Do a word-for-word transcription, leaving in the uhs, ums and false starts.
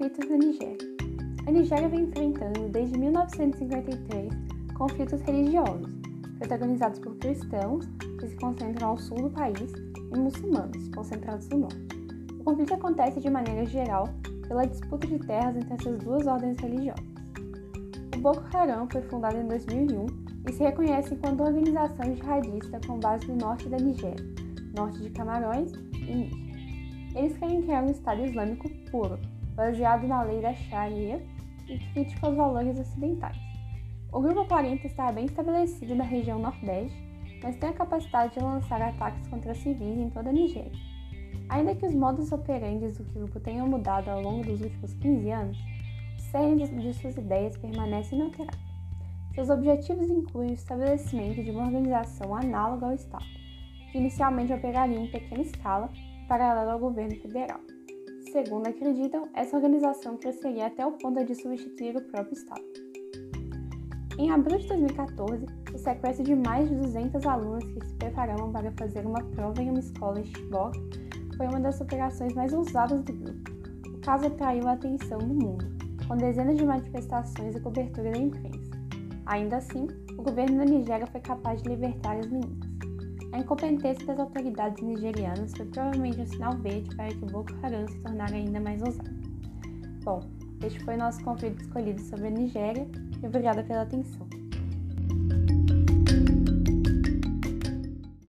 Conflitos na Nigéria. A Nigéria vem enfrentando, desde mil novecentos e cinquenta e três, conflitos religiosos, protagonizados por cristãos, que se concentram ao sul do país, e muçulmanos, concentrados no norte. O conflito acontece de maneira geral pela disputa de terras entre essas duas ordens religiosas. O Boko Haram foi fundado em dois mil e um e se reconhece enquanto organização jihadista com base no norte da Nigéria, norte de Camarões e Níger. Eles querem criar um Estado Islâmico puro, baseado na lei da Sharia e crítico aos valores ocidentais. O grupo aparenta estar bem estabelecido na região Nordeste, mas tem a capacidade de lançar ataques contra civis em toda a Nigéria. Ainda que os modus operandi do grupo tenham mudado ao longo dos últimos quinze anos, o cerne de suas ideias permanece inalterado. Seus objetivos incluem o estabelecimento de uma organização análoga ao Estado, que inicialmente operaria em pequena escala, paralela ao governo federal. Segundo acreditam, essa organização cresceria até o ponto de substituir o próprio Estado. Em abril de dois mil e quatorze, o sequestro de mais de duzentas alunas que se preparavam para fazer uma prova em uma escola em Chibok foi uma das operações mais ousadas do grupo. O caso atraiu a atenção do mundo, com dezenas de manifestações e cobertura da imprensa. Ainda assim, o governo da Nigéria foi capaz de libertar as meninas. A incompetência das autoridades nigerianas foi provavelmente um sinal verde para que o Boko Haram se tornasse ainda mais ousado. Bom, este foi o nosso conflito escolhido sobre a Nigéria e obrigada pela atenção.